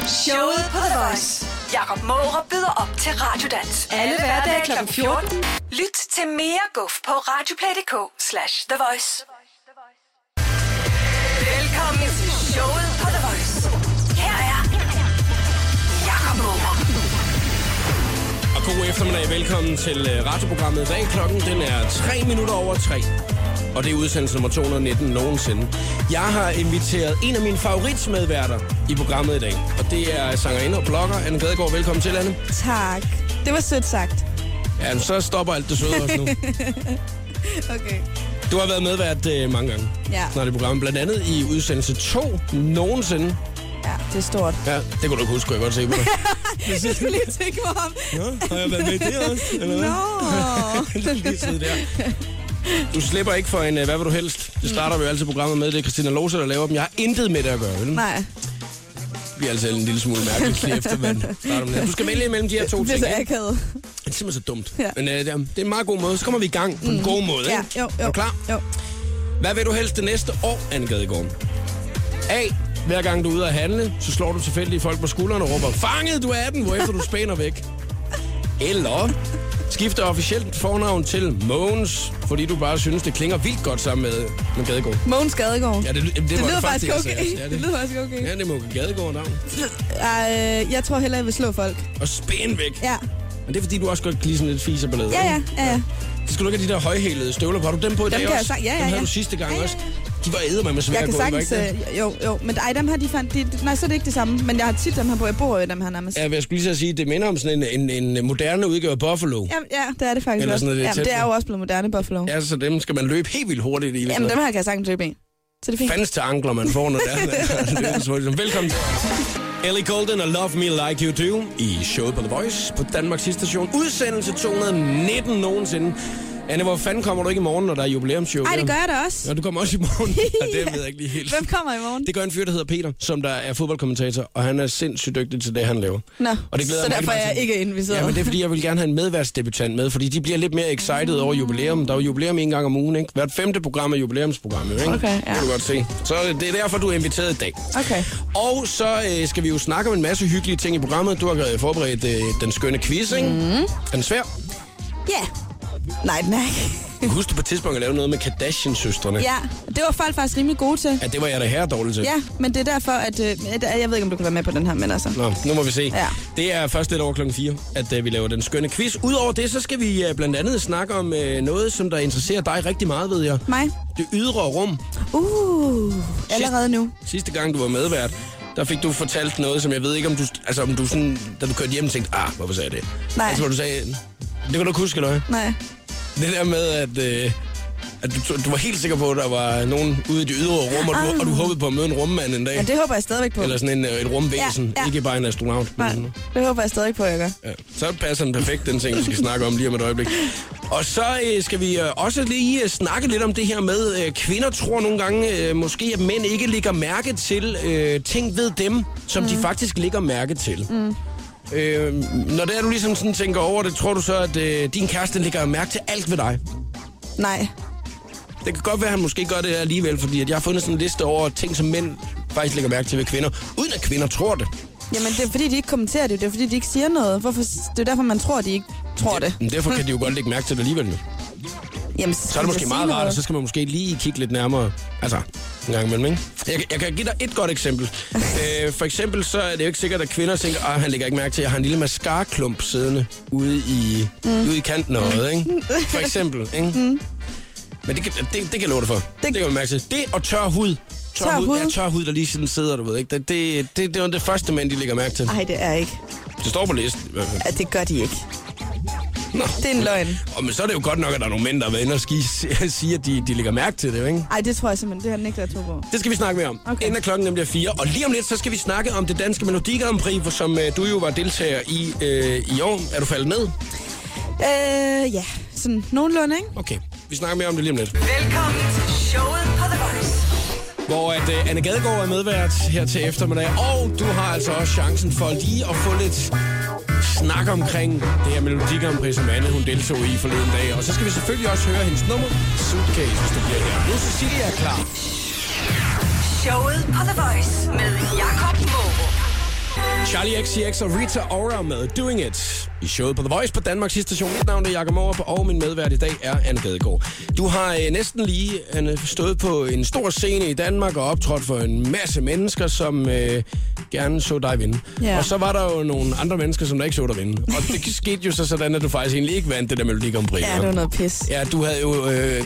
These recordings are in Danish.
Showet på The Voice. Jakob Mårup byder op til Radiodans. Alle hverdage kl. 14. Lyt til mere guf på radioplay.dk/The Voice. Velkommen til showet på The Voice. Her er Jakob Mårup. Og god eftermiddag. Velkommen til radioprogrammet. I dag klokken den er 3 minutter over 3. Og det er udsendelse nummer 219 nogensinde. Jeg har inviteret en af mine favoritmedværter i programmet i dag. Og det er sangerinde og blogger Anne Gadegaard. Velkommen til, Anne. Tak. Det var sødt sagt. Ja, så stopper alt det søde også nu. Okay. Du har været medvært mange gange. Ja. Snart i programmet. Blandt andet i udsendelse 2 nogensinde. Ja, det er stort. Ja, det kunne du ikke huske, jeg godt se på dig. Jeg skulle lige tænke mig om. Ja, har jeg været med i det også? Eller hvad? Lige sidde der. Du slipper ikke for en hvad vil du helst. Det starter vi jo altid programmet med. Det er Christina Lose, der laver dem. Jeg har intet med det at gøre, vel? Nej. Det bliver altså en lille smule mærkeligt lige efter, man starter med det. Du skal vælge imellem de her to ting. Det er så akavet. Det er simpelthen så dumt. Ja. Men det er en meget god måde. Så kommer vi i gang på en god måde, ikke? Ja, jo. Er du klar? Jo. Hvad vil du helst det næste år, Anne Gadegaard? A. Hver gang du er ude at handle, så slår du tilfældige folk på skuldrene og råber, fanget, du er den, hvorefter du spænder væk. Eller skifter officielt fornavn til Mogens, fordi du bare synes, det klinger vildt godt sammen med Gadegaard. Mogens Gadegaard. Ja, det lyder faktisk okay. Ja, det lyder faktisk okay. Ja, det må Gadegaard navn. Jeg tror hellere, jeg vil slå folk. Og spænd væk. Ja. Men det er fordi, du også godt kan lide sådan lidt fiserballade. Ja. Så skal du ikke have de der højhælede støvler på. Har du dem på i dag kan også? Ja. Dem havde du sidste gang også. De var eddermame svære jeg på, kan var ikke det? Jo. Men dem her, nej, så er det ikke det samme. Men jeg har tit dem her på. Jeg bor jo i dem her nærmest. Ja, jeg skulle lige så sige, det minder om sådan en moderne udgave af Buffalo. Ja, det er det faktisk også. Det er jo også blevet moderne Buffalo. Ja, så dem skal man løbe helt vildt hurtigt i. Jamen, dem her kan jeg sagtens løbe i. Så det er fint. Fandens til ankler, man får, når der. Velkommen til Ellie Goulding og Love Me Like You Do i showet på The Voice på Danmarks sidste station. Udsendelse 219 nogensinde. Anne, hvor fanden kommer du ikke i morgen, når der er jubilæumsshow? Nej, det gør jeg da også. Ja, du kommer også i morgen. Ja, det ved jeg ikke lige helt. Hvem kommer i morgen? Det gør en fyr, der hedder Peter, som der er fodboldkommentator, og han er sindssygt dygtig til det, han laver. Nå, og det glæder så mig derfor er jeg ikke inviteret. Ja, men det er fordi, jeg vil gerne have en medværtsdebutant med, fordi de bliver lidt mere excited over jubilæum. Der er jo jubilæum en gang om ugen, ikke? Hvert 5. program er jubilæumsprogram, ikke? Okay, ja. Det kan du godt se. Så det er derfor, du er inviteret i dag. Okay. Og så skal vi jo snakke om en masse hyggelige ting i programmet. Du har forberedt den skønne quiz, ikke? Er den svær? Ja. Nej, den er ikke. Husk du på et tidspunkt at lave noget med Kardashian-søstrene? Ja, det var folk faktisk rimelig gode til. Ja, det var jeg da her dårlig til. Ja, men det er derfor, at jeg ved ikke, om du kan være med på den her, men altså. Nå, nu må vi se. Ja. Det er først lidt over klokken 4, at vi laver den skønne quiz. Udover det, så skal vi blandt andet snakke om noget, som der interesserer dig rigtig meget, ved jeg. Mig? Det ydre rum. Allerede nu. Sidste gang, du var medvært, der fik du fortalt noget, som jeg ved ikke, om du sådan, da du kørte hjem, tænkte, hvorfor sagde jeg det? Nej. Altså, hvor du sagde, det kan du ikke huske, eller hvad? Nej. Det der med, at du var helt sikker på, at der var nogen ude i det ydre rum, og du håbede på at møde en rummand en dag. Ja, det håber jeg stadigvæk på. Eller sådan et rumvæsen, ja. ikke bare en astronaut. Nej, det håber jeg stadig på, jeg gør. Ja. Så passer den perfekt, den ting, vi skal snakke om lige om et øjeblik. Og så skal vi også lige snakke lidt om det her med, kvinder tror nogle gange, måske at mænd ikke lægger mærke til ting ved dem, som de faktisk lægger mærke til. Når det er, du ligesom sådan tænker over det, tror du så, at din kæreste lægger mærke til alt ved dig? Nej. Det kan godt være, at han måske gør det alligevel, fordi at jeg har fundet sådan en liste over ting, som mænd faktisk lægger mærke til ved kvinder, uden at kvinder tror det. Jamen, det er fordi, de ikke kommenterer det. Det er fordi, de ikke siger noget. Det er derfor, man tror, de ikke tror det. Men derfor kan de jo godt lægge mærke til det alligevel. Jamen, så er det måske meget rart, og så skal man måske lige kigge lidt nærmere. Altså, en gang imellem, ikke? Jeg kan give dig et godt eksempel. For eksempel, så er det jo ikke sikkert, at kvinder tænker, han lægger ikke mærke til, at jeg har en lille mascara-klump siddende ude i kanten af øjet, ikke? For eksempel, ikke? Men det kan jeg love dig for. Det kan man mærke til. Det og tør hud. Tør hud, der lige sådan sidder, du ved, ikke? Det er det første mænd, de lægger mærke til. Nej, det er ikke. Det står på listen. Ja, det gør de ikke. Nå. Det er en løgn. Men så er det jo godt nok, at der er nogle mænd, der har været inde og sige, at de lægger mærke til det, ikke? Nej, det tror jeg simpelthen. Det har den ikke været to på. Det skal vi snakke mere om. Okay. Inden klokken nemlig er 4. Og lige om lidt, så skal vi snakke om det danske Melodi Grand Prix, som du jo var deltager i år. Er du faldet ned? Ja. Sådan nogenlunde, ikke? Okay. Vi snakker mere om det lige om lidt. Velkommen til showet på The Voice. Hvor at Anne Gadegaard er medvært her til eftermiddag. Og du har altså også chancen for lige at få lidt snak omkring det her Melodi Grand Prix, som Anne hun deltog i forleden dag. Og så skal vi selvfølgelig også høre hendes nummer, Suitcase, hvis du bliver her. Nu er Cecilia klar. Showet på The Voice med Jakob Mårup. Charlie XCX og Rita Ora med Doing It i showet på The Voice på Danmarks sidste station. Mit navn er Jakob Mårup, og min medvært i dag er Anne Gadegaard. Du har næsten lige stået på en stor scene i Danmark og optrådt for en masse mennesker, som gerne så dig vinde. Yeah. Og så var der jo nogle andre mennesker, som der ikke så dig vinde. Og det skete jo så sådan, at du faktisk egentlig ikke vandt det der Melodi Grand Prix. Ja, det var noget pis. Ja, du havde jo...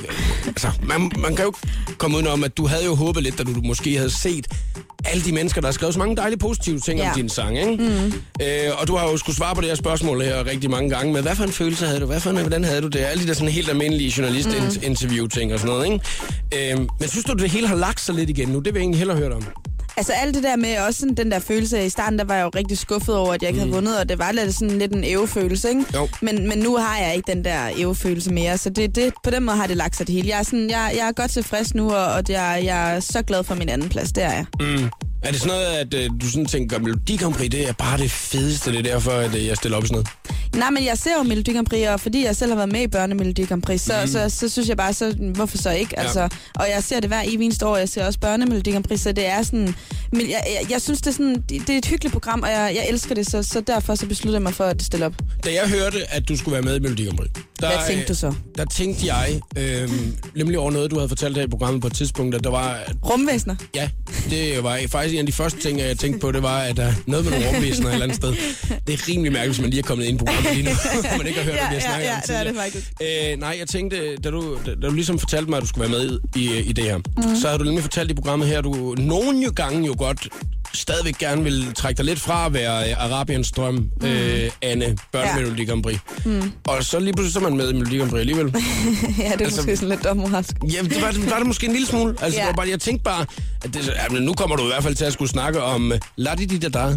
man kan jo komme udenom, at du havde jo håbet lidt, da du måske havde set alle de mennesker, der har skrevet så mange dejlige positive ting om din sang, ikke? Og du har jo skulle svare på det her spørgsmål her rigtig mange gange, men hvad for en følelse havde du? Hvordan havde du det? Alle de der sådan helt almindelige journalist-interview-ting og sådan noget, ikke? Men synes du, det hele har lagt sig lidt igen nu? Det vil jeg egentlig hellere høre om. Altså alt det der med også sådan, den der følelse i starten, der var jeg jo rigtig skuffet over, at jeg ikke havde vundet, og det var sådan lidt en ævefølelse, ikke? Men nu har jeg ikke den der ævefølelse mere, så det på den måde har det lagt sig det hele. Jeg er godt tilfreds nu, og jeg er så glad for min anden plads, det er jeg. Er det sådan noget, at du sådan tænker, at Melodi Grand Prix, det er bare det fedeste, det er derfor, at jeg stiller op i sådan noget? Nej, men jeg ser jo Melodi Grand Prix, og fordi jeg selv har været med i Børnemelodi Grand Prix, så synes jeg bare, så hvorfor så ikke? Altså, og jeg ser det hver eneste år, jeg ser også Børnemelodi Grand Prix, så det er sådan... Men jeg synes, det er sådan, det er et hyggeligt program, og jeg elsker det, så derfor så besluttede jeg mig for at stille op. Da jeg hørte, at du skulle være med i Melodi Grand Prix, hvad tænkte du så? Der tænkte jeg nemlig over noget, du havde fortalt her i programmet på et tidspunkt, at der var... Rumvæsener? Ja, det var faktisk en af de første ting, jeg tænkte på, det var, at der noget med nogle rumvæsener et eller andet sted. Det er rimelig mærkeligt, hvis man lige er kommet ind på programmet lige nu, og man ikke har hørt, hvad vi har snakket om tidligere. Ja, det er det faktisk. Nej, jeg tænkte, da du ligesom fortalte mig, at du skulle være med i det her, så havde du nemlig fortalt i programmet her, at du nogle gange jo godt stadigvæk gerne vil trække dig lidt fra at være Arabiens drøm, Anne, Børnemelodi Grand Prix. Og så lige pludselig så er man med i Melodi Grand Prix alligevel. Ja, det er altså, måske sådan lidt dommerrask. Ja, det var det måske en lille smule. Altså, det var bare, jeg tænkte bare, at nu kommer du i hvert fald til at skulle snakke om la-di-di-da-da. Jeg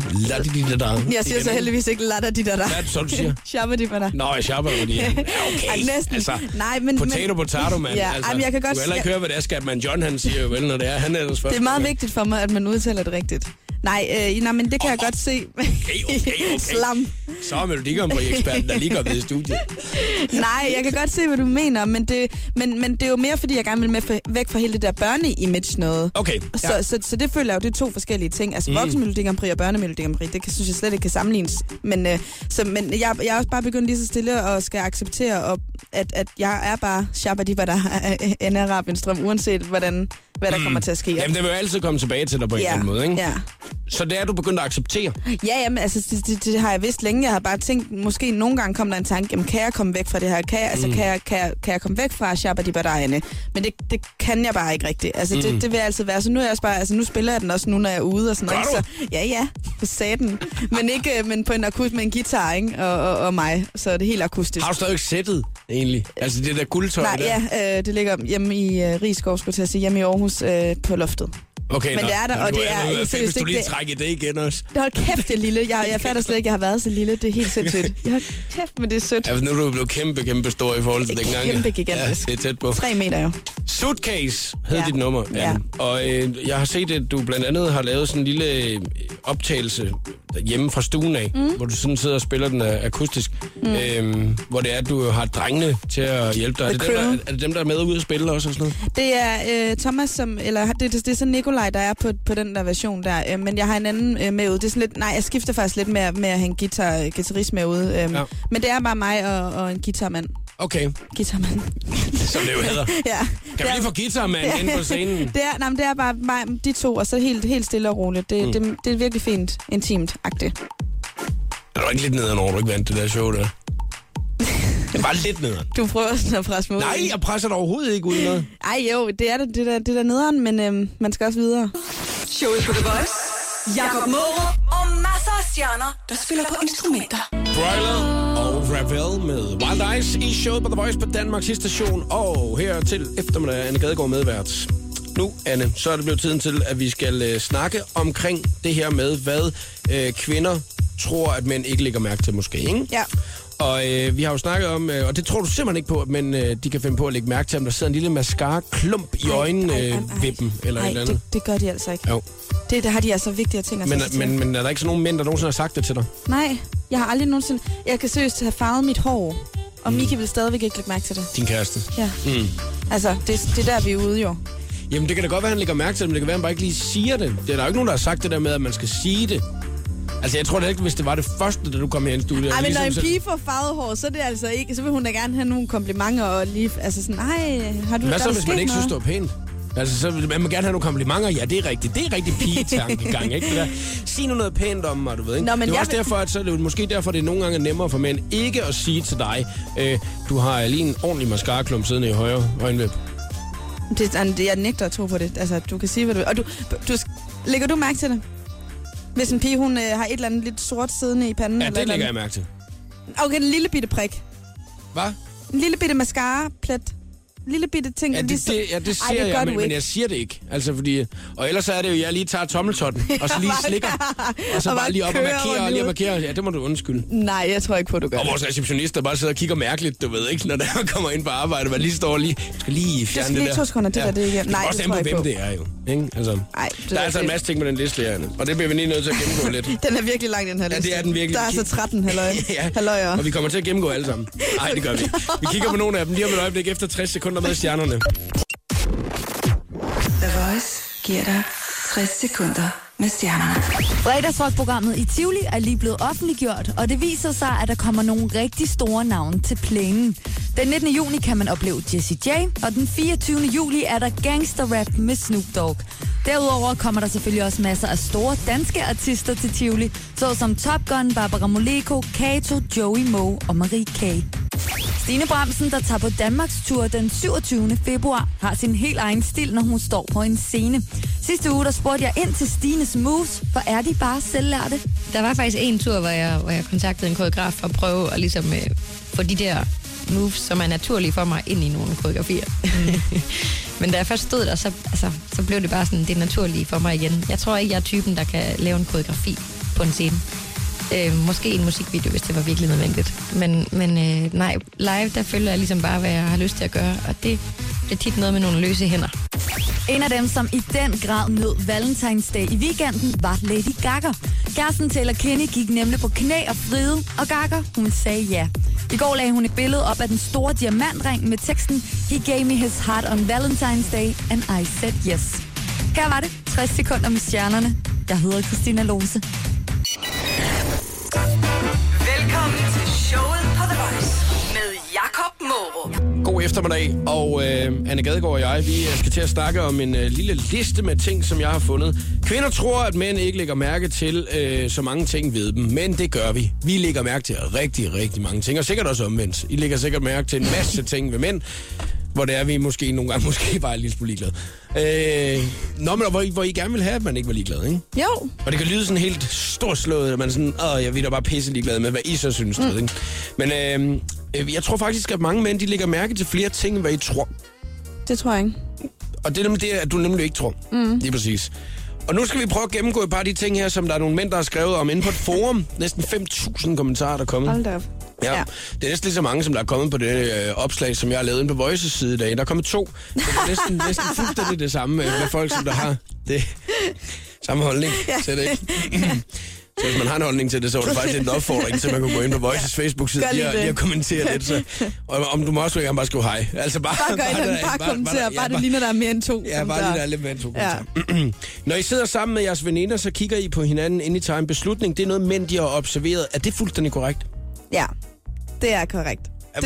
siger så heldigvis ikke la-da-di-da-da. Hvad er det så, du siger? Shabba-di-da-da. Nå, shabba-di-da-da. Ja, okay. Næsten. Altså, nej, men... Potato, mand. Ja, altså, jeg kan godt... Du kan heller ikke høre, hvad det er, Skatman John, han siger jo vel, når det er. Han er ellers først. Det er meget vigtigt for mig, at man udtaler det rigtigt. Nej, men det kan jeg godt se. Okay. Slam. Så er Melodi Grand Prix-eksperten, der lige går ved i studiet. Nej, jeg kan godt se, hvad du mener, men det er jo mere, fordi jeg gerne vil med væk fra hele det der børne-image noget. Okay. Ja. Så det føler jeg jo, det er to forskellige ting. Altså voksen-Melodi Grand Prix og børne-Melodi Grand Prix, det synes jeg slet ikke kan sammenlignes. Men jeg er også bare begyndt lige så stille og skal acceptere, at jeg er bare shabba-di-da en Arabiens drøm, uanset hvad der kommer til at ske. Jamen, det vil jo altid komme tilbage til dig på en eller anden måde, ikke? Ja. Så det er du begyndt at acceptere? Ja, jamen, altså, det har jeg vidst længe. Jeg har bare tænkt, måske nogle gange kom der en tanke, jamen, kan jeg komme væk fra det her? Kan jeg komme væk fra shabba-di-da-da-ane? Men det kan jeg bare ikke rigtigt. Altså, det vil altid være. Så nu er jeg også bare, altså, nu spiller jeg den også nu, når jeg er ude og sådan noget. Så, ja, på saten. Men på en med en guitar, ikke? Og mig. Så er det helt akustisk. Har du stadig sættet, egentlig? Altså, det der guldtøj der? Nej, det ligger hjemme i Risskov, skulle jeg sige, hjemme i Aarhus på loftet. Okay, men det er der, og det er... Hvis du lige trækker det igen også. Hold kæft, det er lille. Jeg fatter slet ikke, jeg har været så lille. Det er helt sindssygt. Hold kæft, men det er sødt. Altså, nu er du blevet kæmpe stor i forhold til dengang. Kæmpe gigantisk. Ja, det er tæt på. 3 meter jo. Suitcase hed dit nummer. Ja. Og jeg har set, at du blandt andet har lavet sådan en lille optagelse hjemme fra stuen af, hvor du sådan sidder og spiller den akustisk. Hvor det er, at du har drengene til at hjælpe dig. Er det dem, der er med ude at spille også? Og sådan noget? Det er Thomas, det er så Nikolaj, der er på den der version der. Men jeg har en anden med ude. Det er sådan lidt, jeg skifter faktisk lidt med at have en guitarist med ude. Men det er bare mig og en guitarmand. Okay. Guitarmand. Som det jo hedder. Ja. Kan vi lige få guitarmand ind på scenen? Det er bare mig, de to, og så helt stille og roligt. Det er virkelig fint, intimt-agtigt. Er du ikke lidt nederen over, du ikke vandt det der show der? Det var lidt nederen. Du prøver sådan at presse mig ud. Nej, jeg presser dig overhovedet ikke ud noget. Ej jo, det er der nederen, men man skal også videre. Showet på The Voice. Jakob Mårup og masser af stjerner, der spiller på instrumenter. Broiler og Ravel med Wild Eyes i showet på The Voice på Danmarks station. Og her til eftermiddag, Anne Gadegaard medvært. Nu, Anne, så er det blevet tiden til, at vi skal snakke omkring det her med, hvad kvinder tror, at mænd ikke lægger mærke til måske, ikke? Ja. Og vi har jo snakket om, og det tror du simpelthen ikke på, at mænd de kan finde på at lægge mærke til, om der sidder en lille mascara-klump i øjnene ved dem, eller et eller andet. Det gør de altså ikke. Jo. Det har de altså vigtige ting at sige til. Men er der ikke sådan nogen mænd, der nogensinde har sagt det til dig? Nej, jeg har aldrig nogensinde... Jeg kan seriøst have farvet mit hår, og Miki vil stadigvæk ikke lægge mærke til det. Din kæreste? Ja. Altså, det er der, vi er ude jo. Jamen, det kan da godt være, at han lægger mærke til det, men det kan være, at han bare ikke lige siger det. Det er der jo ikke nogen, der har sagt det der med, at man skal sige det. Altså, jeg tror da ikke, hvis det var det første, da du kom her i studiet. Ej, men når en pige får farvet hår, så er det altså ikke... Så vil hun da gerne have nogle komplimenter og lige... Altså sådan, har du... Hvad så, hvis man ikke synes, det var pænt? Altså, så vil man gerne have nogle komplimenter. Ja, det er rigtigt. Det er rigtig pigetankegang, ikke? Det der. Sig nu noget pænt om mig, du ved, ikke? Nå, men det er også derfor, at så er det måske derfor, det er nogle gange nemmere for mænd ikke at sige til dig, du har lige en ordentlig mascara-klump siddende i højre øjenvip. Jeg nægter at tro på det. Altså, du kan sige, hvad du vil. Og lægger du mærke til det? Hvis en pige, hun har et eller andet lidt sort siddende i panden? Ja, det lægger jeg mærke til. Okay, en lille bitte prik. Hvad? En lille bitte mascara-plet. Lille bitte ting. Ja, det ser jeg, men jeg siger det ikke. Altså, fordi... Og ellers er det jo, jeg lige tager tommeltotten, og så lige slikker. Og så bare lige op og markerer. Ja, det må du undskylde. Nej, jeg tror ikke på, du gør og vores receptionist, der bare sidder og kigger mærkeligt, du ved ikke, når der kommer ind på arbejde, man lige står lige... Skal lige fjerne det der. Det skal lige 2 sekunder, det der, det ikke. Nej, det tror jeg ikke på. Hvem det er jo. Ikke? Altså, ej, der er altså en masse ting med den liste her, og det bliver vi lige nødt til at gennemgå lidt. Den er virkelig lang, den her liste. Ja, det er den virkelig. Der er altså 13 halløjer. Og vi kommer til at gennemgå alle sammen. Nej, det gør vi. Vi kigger på nogle af dem lige om et øjeblik efter 60 sekunder med stjernerne. The Voice giver dig 60 sekunder med stjernerne. Fredagsrock-programmet i Tivoli er lige blevet offentliggjort, og det viser sig, at der kommer nogle rigtig store navne til plænen. Den 19. juni kan man opleve Jessie J, og den 24. juli er der gangsterrap med Snoop Dogg. Derudover kommer der selvfølgelig også masser af store danske artister til Tivoli, såsom Top Gun, Barbara Moleko, Kato, Joey Moe og Marie K. Stine Bramsen, der tager på Danmarks tur den 27. februar, har sin helt egen stil, når hun står på en scene. Sidste uge, der spurgte jeg ind til Stines moves, for er de bare selvlærte? Der var faktisk en tur, hvor jeg kontaktede en koreograf for at prøve at ligesom, få de der moves, som er naturlige for mig, ind i nogle koreografier. Men da jeg først stod der, så blev det bare sådan, det naturlige for mig igen. Jeg tror ikke, jeg er typen, der kan lave en koreografi på en scene. Måske en musikvideo, hvis det var virkelig nødvendigt. Men nej, live, der følger jeg ligesom bare, hvad jeg har lyst til at gøre. Og det er tit noget med nogle løse hænder. En af dem, som i den grad nød Valentine's Day i weekenden, var Lady Gaga. Kæresten Taylor Kinney gik nemlig på knæ og vrede, og Gaga, hun sagde ja. I går lagde hun et billede op af den store diamantring med teksten He gave me his heart on Valentine's Day, and I said yes. Her var det 60 sekunder med stjernerne. Jeg hedder Christina Lose. Velkommen til showet på The Voice med Jakob Morup. God eftermiddag, og Anne Gadegaard og jeg, vi skal til at snakke om en lille liste med ting, som jeg har fundet. Kvinder tror, at mænd ikke lægger mærke til så mange ting ved dem, men det gør vi. Vi lægger mærke til rigtig, rigtig mange ting, og sikkert også omvendt. I lægger sikkert mærke til en masse ting ved mænd, hvor det er, vi måske nogle gange bare er en lille smule ligeglade. Men hvor I gerne vil have, at man ikke var ligeglad, ikke? Jo. Og det kan lyde sådan helt storslået, at man sådan, jeg vil da bare pisse ligeglad med, hvad I så synes, ikke? Men jeg tror faktisk, at mange mænd, de lægger mærke til flere ting, end hvad I tror. Det tror jeg ikke. Og det er nemlig det, at du nemlig ikke tror. Lige præcis. Og nu skal vi prøve at gennemgå et par af de ting her, som der er nogle mænd, der har skrevet om inde på et forum. Næsten 5.000 kommentarer, der er kommet. Hold da op. Ja. Det er næsten lige så mange, som der er kommet på det opslag, som jeg har lavet inde på Voices side i dag. Der er kommet 2. Det er næsten fuldstændig det samme med folk, som der har det samme holdning til det, ikke? Så hvis man har en holdning til det, så er det faktisk en opfordring til, at man kan gå ind på Voices Facebook-side lige at kommentere lidt. Så, og om du må også gerne bare skrive hej. Altså bare kommentere. Bare det ligner, der er mere end 2. Ja, bare lige der er lidt mere end 2 kommentarer. Når I sidder sammen med jeres veninder, så kigger I på hinanden, inden I tager en beslutning. Det er noget, mænd de har observeret. Er det fuldstændig korrekt? Ja, det er korrekt.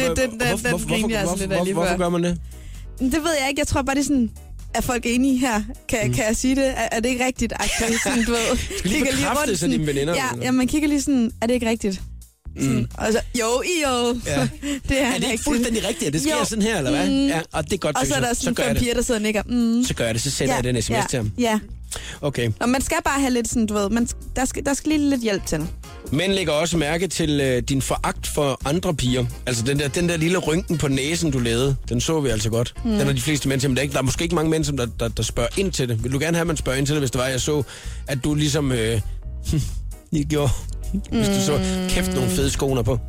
Hvorfor gør man det? Det ved jeg ikke. Jeg tror bare, det er sådan... Er folk enige her? Kan jeg sige det? Er det ikke rigtigt? Sådan, du ved, skal lige bekræftes af dine veninder? Ja, man kigger lige sådan, er det ikke rigtigt? Sådan, og så, jo. Ja. Det er det ikke fuldstændig rigtigt, at det sker sådan her, eller hvad? Ja, og det er godt. Og så er der sådan 5 piger, der sidder og nikker. Så gør jeg det, så sender jeg den sms til ham. Ja. Okay. Og man skal bare have lidt sådan, du ved, der skal lige lidt hjælp til. Mænd lægger også mærke til din foragt for andre piger. Altså den der lille rynken på næsen, du lavede, den så vi altså godt. Den er de fleste mænd, der er måske ikke mange mænd, som der spørger ind til det. Vil du gerne have, at man spørger ind til det, hvis det var, jeg så, at du ligesom lige gjorde, hvis du så kæft nogle fede skoner på?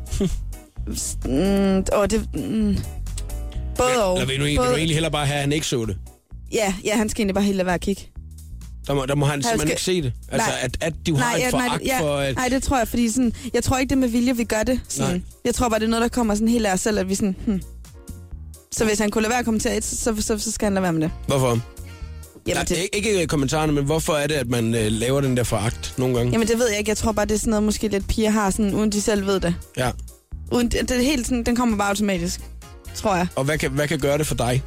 Både og. Eller vil du egentlig hellere bare have, at han ikke så det? Ja, han skal egentlig bare helt lade være at kigge. Der må han simpelthen ikke se det. Altså, at du har et foragt for... At... Nej, det tror jeg, fordi sådan... Jeg tror ikke, det med vilje, vi gør det. Sådan. Jeg tror bare, det er noget, der kommer sådan helt af os selv, at vi sådan... Så hvis han kunne lade være at kommentere et, så skal han lade være med det. Hvorfor? Jamen, det... Ikke kommentarerne, men hvorfor er det, at man laver den der foragt nogle gange? Jamen, det ved jeg ikke. Jeg tror bare, det er sådan noget, måske lidt piger har, sådan, uden de selv ved det. Ja. Uden, det er helt sådan, den kommer bare automatisk, tror jeg. Og hvad kan gøre det for dig?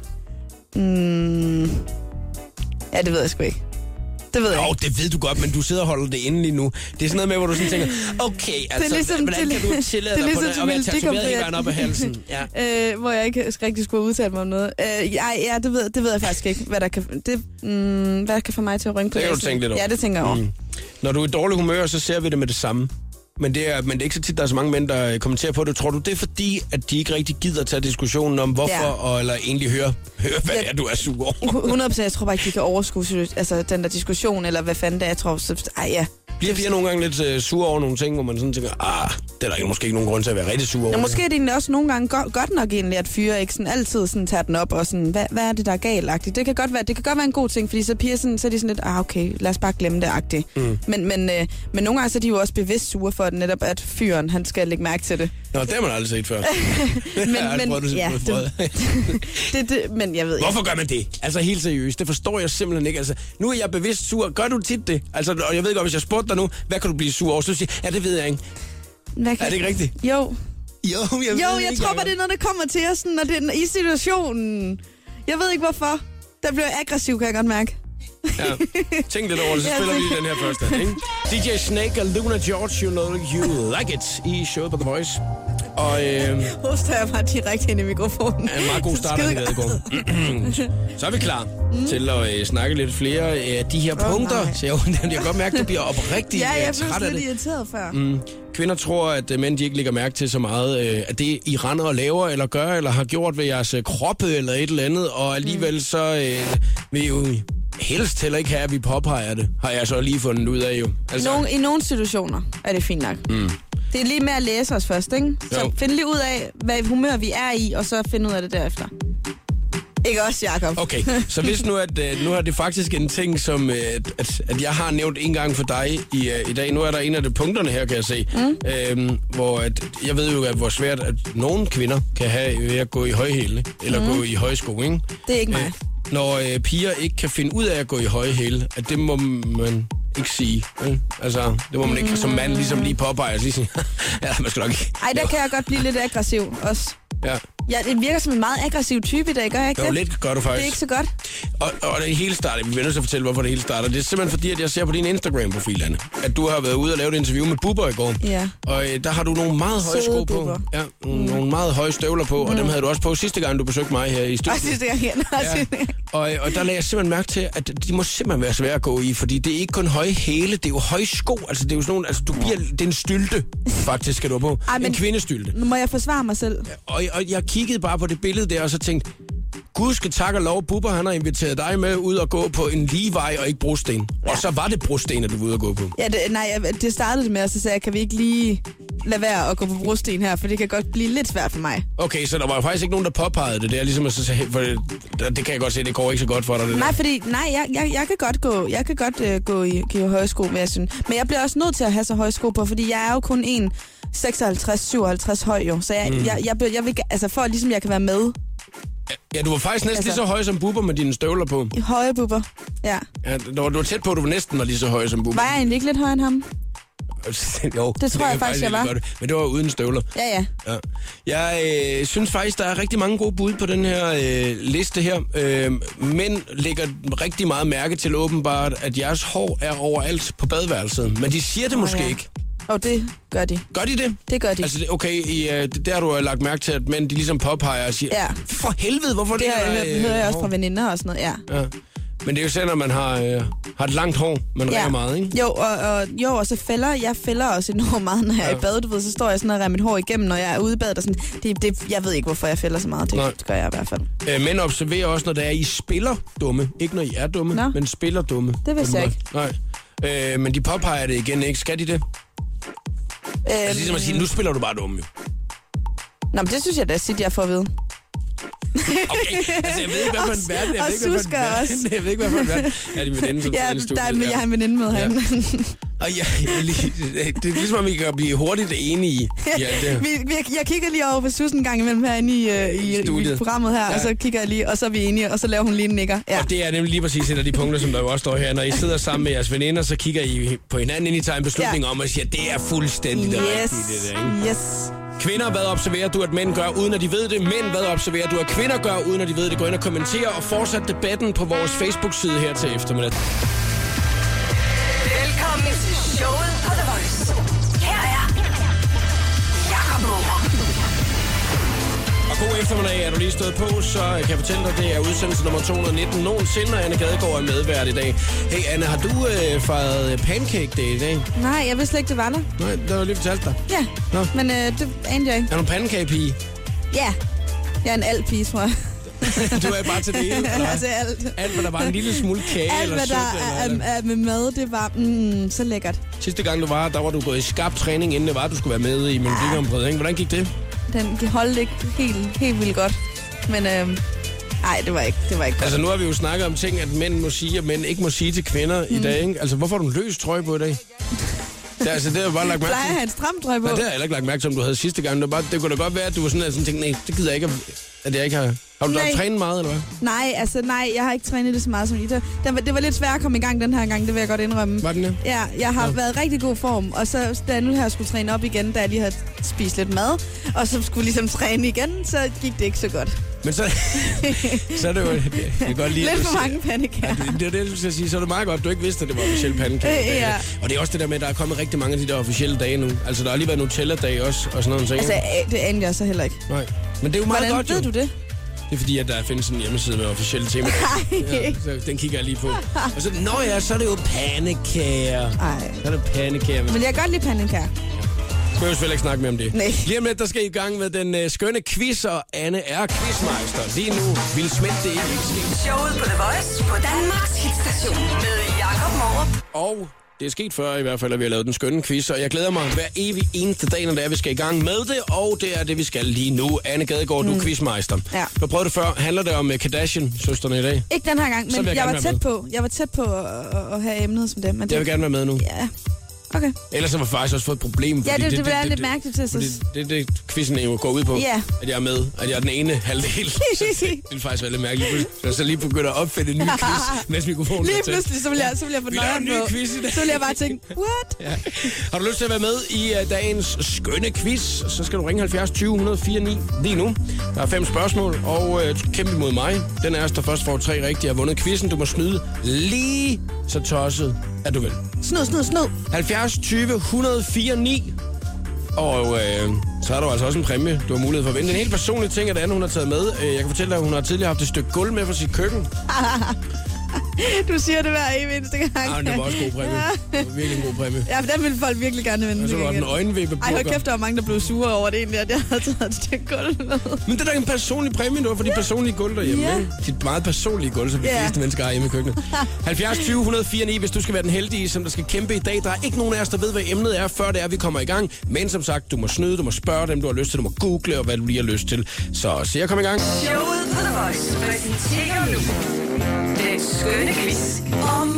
Ja, det ved jeg sgu ikke. Det ved jeg ikke. Det ved du godt, men du sidder og holder det inde lige nu. Det er sådan noget med, hvor du sådan tænker, okay, altså, ligesom, hvordan kan du tillade dig på det, og være tatoveret hele vejen op ad halsen? Ja. Hvor jeg ikke rigtig skulle udtale mig om noget. Ja, det ved jeg faktisk ikke, hvad der kan, hvad kan få mig til at rynke på. Det kan du tænke lidt over. Ja, det tænker jeg over. Når du er i dårlig humør, så ser vi det med det samme. Men det er ikke så tit, der er så mange mænd, der kommenterer på det. Tror du, det er fordi, at de ikke rigtig gider tage diskussionen om, hvorfor, eller egentlig høre hvad det er, du er sur over? 100%, jeg tror bare ikke, de kan overskue den der diskussion, eller hvad fanden det er, jeg tror. Bliver piger nogle gange lidt sure over nogle ting, hvor man sådan tænker, det er der måske ikke nogen grund til at være rigtig sur over. Ja, måske er det egentlig også nogle gange godt nok egentlig, at fyre ikke sådan altid sådan tager den op, og sådan, hvad er det, der er galt-agtigt? Det kan godt være en god ting, fordi så piger sådan, så er de sådan lidt, okay, lad os bare glemme det-agtigt. Men nogle gange så er de jo også bevidst sure for, at netop at fyren, han skal lægge mærke til det. Nå, det har man aldrig set før. Men jeg ved ikke. Hvorfor gør man det? Altså helt seriøst, det forstår jeg simpelthen ikke. Altså, nu er jeg bevidst sur. Gør du tit det? Altså, og jeg ved godt, hvis jeg spurgte dig nu, hvad kan du blive sur over? Så siger det ved jeg ikke. Er det ikke rigtigt? Jo, jeg tror bare, det er noget, der kommer til os, når det er i situationen. Jeg ved ikke, hvorfor. Der bliver aggressiv, kan jeg godt mærke. Ja, tænk lidt over det, så spiller vi lige den her første, ikke? DJ Snake og Luna George, You Know You Like It, i showet på The Voice. Og hoster jeg bare direkte ind i mikrofonen. En meget god start, der i går. Så er vi klar til at snakke lidt flere af de her punkter. Så jeg kan godt mærke, at du bliver oprigtigt træt af det. Ja, jeg blev lidt irriteret før. Kvinder tror, at mænd de ikke lægger mærke til så meget, at det I render og laver, eller gør, eller har gjort ved jeres kroppe, eller et eller andet. Og alligevel så vil I jo helst heller ikke have, at vi påpeger det, har jeg så lige fundet ud af jo. Altså... I nogle situationer er det fint nok. Det er lige med at læse os først, ikke? Så find lige ud af, hvad humør vi er i, og så finde ud af det derefter. Ikke også, Jacob? Okay, så hvis nu, at nu er det faktisk en ting, som at jeg har nævnt en gang for dig i dag. Nu er der en af de punkterne her, kan jeg se. Hvor jeg ved jo, at hvor svært at nogle kvinder kan have ved at gå i højhæle, eller gå i højsko, ikke? Det er ikke mig. Når piger ikke kan finde ud af at gå i højhæle, at det må man ikke sige. Altså, det må man ikke som mand ligesom lige påpege. Lige ja, man skal nok ikke. Ej, der kan jeg godt blive lidt aggressiv også. Ja, det virker som en meget aggressiv type i dag, gør jeg ikke det? Jo, lidt gør du faktisk. Det er ikke så godt. Og det hele starter, vi vender så at fortælle, hvorfor det hele starter. Det er simpelthen fordi, at jeg ser på din Instagram-profil, Anne, at du har været ude og lavet et interview med Bubber i går. Ja. Og der har du nogle meget høje sko på. Ja, nogle meget høje støvler på, og dem havde du også på sidste gang, du besøgte mig her i studiet. Og sidste gang igen. Og der lagde jeg simpelthen mærke til, at de må simpelthen være svære at gå i, fordi det er ikke kun høje hæle, det er jo høje sko. Altså, det er jo sådan nogle, det er en stylte, faktisk, skal du på. En kvindestylte. Nu må jeg forsvare mig selv. Og jeg kiggede bare på det billede der, og så tænkte, Gud skal takke og lov, Bubber, han har inviteret dig med ud og gå på en lige vej og ikke brosten. Ja. Og så var det brosten, at du var ude og gå på. Ja, det startede med, og så sagde jeg, kan vi ikke lige lade være at gå på brosten her, for det kan godt blive lidt svært for mig. Okay, så der var faktisk ikke nogen, der påpegede det der, ligesom at så sige, for det kan jeg godt se, det går ikke så godt for dig. Det nej, fordi jeg kan godt gå i høje sko, men jeg bliver også nødt til at have så høje sko på, fordi jeg er jo kun 56-57 høj jo, så jeg vil, altså for at ligesom jeg kan være med. Ja, du var faktisk næsten lige så høj som Bubber med dine støvler på. Høje Bubber, ja. Du var tæt på, at du var næsten lige så høj som Bubber. Var jeg egentlig ikke lidt højere end ham? Jo, det tror jeg faktisk, jeg var. Godt, men det var uden støvler. Ja. Jeg synes faktisk, der er rigtig mange gode bud på den her liste her. Mænd lægger rigtig meget mærke til åbenbart, at jeres hår er overalt på badeværelset. Men de siger det måske ikke. Og det gør de. Gør de det? Det gør de. Altså, okay, der du har lagt mærke til, at mænd de ligesom påpeger og siger, for helvede, hvorfor det her? Det hører jeg også fra veninder og sådan noget, ja. Men det er jo selv, når man har et langt hår, man rærer meget, ikke? Jo, og så jeg fælder også enormt meget, når jeg er i bad, du ved, så står jeg sådan og rærer mit hår igennem, når jeg er ude i badet, og sådan, jeg ved ikke, hvorfor jeg fælder så meget, det gør jeg i hvert fald. Mænd observerer også, når der er, I spiller dumme, ikke når I er dumme, men spiller dumme. Det vidste jeg ikke. Nej, men de påpeger det igen, ikke? Skal de det? Altså ligesom at sige, nu spiller du bare dumme, jo. Nå, men det synes jeg da tit, jeg får at vide. Okay, altså jeg ved ikke, hvad for en verden. Jeg ved ikke, hvad for en verden. Er det veninde, som jeg har en veninde med herinde. Og det er ligesom, at vi kan blive hurtigt enige i alt det. Jeg kigger lige over på Sussen en gang imellem herinde i programmet her, og så kigger jeg lige, og så er vi enige, og så laver hun lige en nikker. Ja. Og det er nemlig lige præcis et af de punkter, som der jo også står her. Når I sidder sammen med jeres veninder, så kigger I på hinanden, inden I tager en beslutning om, og siger, det er fuldstændig det rigtige, det der, ikke? Yes. Kvinder, hvad observerer du, at mænd gør, uden at de ved det? Mænd, hvad observerer du, at kvinder gør, uden at de ved det? Gå ind og kommentere og fortsæt debatten på vores Facebook-side her til eftermiddag. Velkommen til showet på The Voice. Her er Jakob Morup. Og god eftermiddag, er du lige stået på, så kan jeg fortælle dig, det er udsendelse nummer 219 nogensinde, og Anne Gadegaard er medvært i dag. Hey Anne, har du fejret pancake day i dag? Nej, jeg vidste slet ikke, det var der. Nej, det har jeg lige fortalt dig. Ja, Nå. men det anede jeg ikke. Er du en pandekagepige? Ja, jeg er en alt-pige, tror jeg. Du er bare til det hele, eller? Altså alt. Alt, hvad der var en lille smule kage Alt, eller hvad sødt, der er med mad, det var så lækkert. Sidste gang du var, der var du gået i skarp træning, inden det var, du skulle være med i Melodi Grand Prix, ikke? Hvordan gik det? Den holdt ikke helt vildt godt. Men nej, det var ikke godt. Altså nu har vi jo snakket om ting, at mænd må sige, at mænd ikke må sige til kvinder i dag, ikke? Altså hvorfor har du en løs trøje på i dag? Det har jeg bare lagt mærke til. Plejer jeg have en stram trøje på? Nej, det har jeg heller ikke lagt mærke til, om du havde sidste gang. Det kunne da godt være, at du var sådan tænkt, nej, det gider jeg ikke, at jeg ikke har... Har du da trænet meget, eller hvad? Nej, jeg har ikke trænet det så meget som I. Det var lidt svært at komme i gang den her gang, det vil jeg godt indrømme. Var den det? Ja, jeg har været i rigtig god form, og så da jeg nu her skulle træne op igen, da jeg lige havde spist lidt mad, og så skulle ligesom træne igen, så gik det ikke så godt. Men så er det jo... Jeg kan godt lide, lidt for mange pandekager. Ja, det er det, du skal sige. Så er det meget godt, du ikke vidste, at det var officiel pandekager. Ja. Og det er også det der med, at der er kommet rigtig mange af de der officielle dage nu. Altså, der har lige været Nutella-dag også, og sådan noget. Altså, det anede jeg så heller ikke. Nej, men det er jo meget Hvordan godt, ved jo. du det? Det er fordi, at der findes sådan en hjemmeside med officielle temaer. Ja, så den kigger jeg lige på. Og så, så er det jo pandekager. Ej. Så er det pandekager. Men jeg kan godt lide pandekager. Jeg behøver selvfølgelig ikke snakke mere om det. Nej. Lige om lidt, der skal I gang med den skønne quiz, og Anne er quizmeister. Lige nu vil Smidt det ikke ske. Showet på The Voice på Danmarks hitstation med Jakob Morup. Og det er sket før i hvert fald, at vi har lavet den skønne quiz, og jeg glæder mig hver evig eneste dag, når vi skal i gang med det, og det er det, vi skal lige nu. Anne Gadegaard, du er quizmeister. Ja. Du har prøvet det før. Handler det om Kardashian-søsterne i dag? Ikke den her gang, men jeg var tæt på at have emnet som dem. Men Jeg vil gerne være med nu. Ja. Okay. Ellers har jeg faktisk også fået et problem. Ja, det vil jeg lidt mærkeligt til. Det quizzen jo går ud på, Ja. at jeg er med, at jeg er den ene halvdel. Så det vil faktisk være lidt mærkeligt. Så lige begynder at opfinde en ny quiz, mens mikrofonen lige er tæt. pludselig, så vil jeg få nøjeren på. Så vil jeg bare tænke, what? Ja. Har du lyst til at være med i dagens skønne quiz, så skal du ringe 70 20 104 9 lige nu. Der er 5 spørgsmål, og kæmpe imod mig. Den af os, der først får 3 rigtige, har vundet quizzen. Du må snyde lige så tosset, at du vil. Snyd. 70 20 104 9. Og så har du altså også en præmie, du har mulighed for at vinde. En helt personlig ting, at Anne hun har taget med. Jeg kan fortælle dig, at hun har tidligere haft et stykke gulv med fra sit køkken. Du siger det hver eneste gang. Ja, det var også en god præmie. Det var virkelig en god præmie. Ja, for den ville folk virkelig gerne vinde. Og så var den øjenvippe. Ej, hold kæft, der var mange, der blev sure over det egentlig, at jeg havde taget et stykke gulv med. Men det er da en personlig præmie, du har for de personlige gulv derhjemme. Ja. Ikke? Dit meget personlige gulv, som de fleste mennesker har hjemme i køkkenet. 70 20 104 9, hvis du skal være den heldige, som der skal kæmpe i dag. Der er ikke nogen af os, der ved, hvad emnet er, før det er, vi kommer i gang. Men som sagt, du må snyde, du må spørge dem, du har lyst til, du må google, og hvad du lige har lyst til. Så se at komme i gang. Showet på The Voice præsenterer nu den skønne quiz om...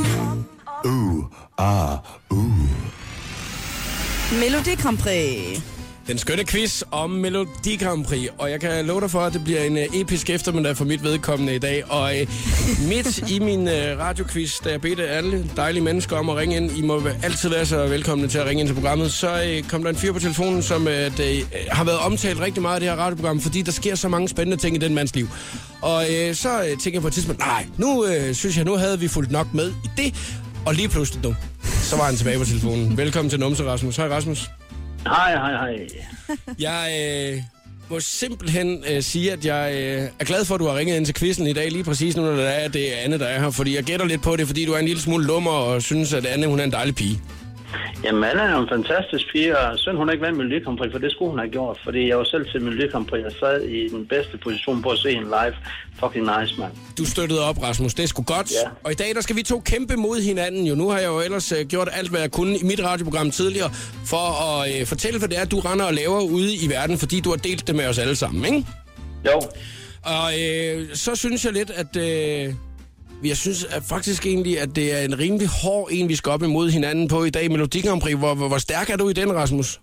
Melodi Grand Prix. Den skønne quiz om Melodi Grand Prix, og jeg kan love dig for, at det bliver en episk eftermiddag for mit vedkommende i dag. Og midt i min radioquiz, da jeg bedte alle dejlige mennesker om at ringe ind, I må altid være så velkomne til at ringe ind til programmet, så kom der en fyr på telefonen, som det har været omtalt rigtig meget i det her radioprogram, fordi der sker så mange spændende ting i den mands liv. Og så tænker jeg på et tidspunkt, nu synes jeg, nu havde vi fulgt nok med i det, og lige pludselig nu, så var han tilbage på telefonen. Velkommen til Numse, Rasmus. Hej, Rasmus. Hej. Jeg må simpelthen sige, at jeg er glad for, at du har ringet ind til quizzen i dag, lige præcis nu, når det er Anne, der er her. Fordi jeg gætter lidt på det, fordi du er en lille smule lummer og synes, at Anne, hun er en dejlig pige. Jamen, Anne er en fantastisk pige, og synd hun ikke vandt Melodi Grand Prix, for det skulle hun have gjort. Fordi jeg var selv til Melodi Grand Prix og sad i den bedste position på at se hende live. Fucking nice, man. Du støttede op, Rasmus. Det er sgu godt. Ja. Og i dag, der skal vi to kæmpe mod hinanden. Jo, nu har jeg jo ellers gjort alt, hvad jeg kunne i mit radioprogram tidligere, for at fortælle, hvad det er, du render og laver ude i verden, fordi du har delt det med os alle sammen, ikke? Jo. Og så synes jeg lidt, at Jeg synes faktisk egentlig, at det er en rimelig hård en, vi skal op imod hinanden på i dag i Melodi Grand Prix. Hvor stærk er du i den, Rasmus?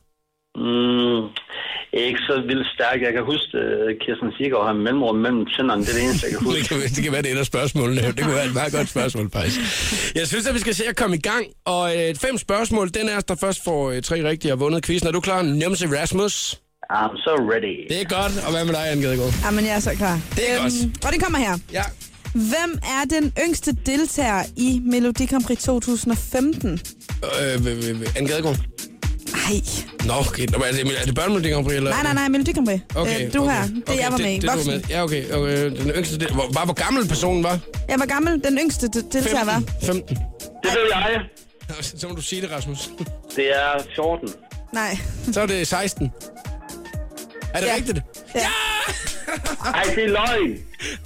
Ikke så vildt stærk. Jeg kan huske, Kirsten Siggaard har mellemrum mellem tænderne. Det er det eneste, jeg kan huske. Det kan være det et af spørgsmålene. Det kunne være et meget godt spørgsmål, faktisk. Jeg synes, at vi skal se at komme i gang. Og 5 spørgsmål. Den er, der først får 3 rigtige og vundet quizzen. Er du klar? Numse Rasmus. I'm so ready. Det er godt. Og hvad med dig, Anne Gadegaard? Jamen, jeg er så klar. Det er godt. Og det kommer her. Ja. Hvem er den yngste deltager i Melodi Grand Prix 2015? Anne Gadegaard. Nej. Nå, okay. Er det børnemelodi Grand Prix? Eller? Nej, Melodi Grand Prix. Okay, du okay. her. Det jeg var med i. Voksen. Ja, okay. Den yngste hvor gammel personen var? Jeg var gammel. Den yngste deltager var? 15. Det ved jeg. Så må du sige det, Rasmus. Det er 14. Nej. Så er det 16. Er det rigtigt? Ja! Ej, det er løgn.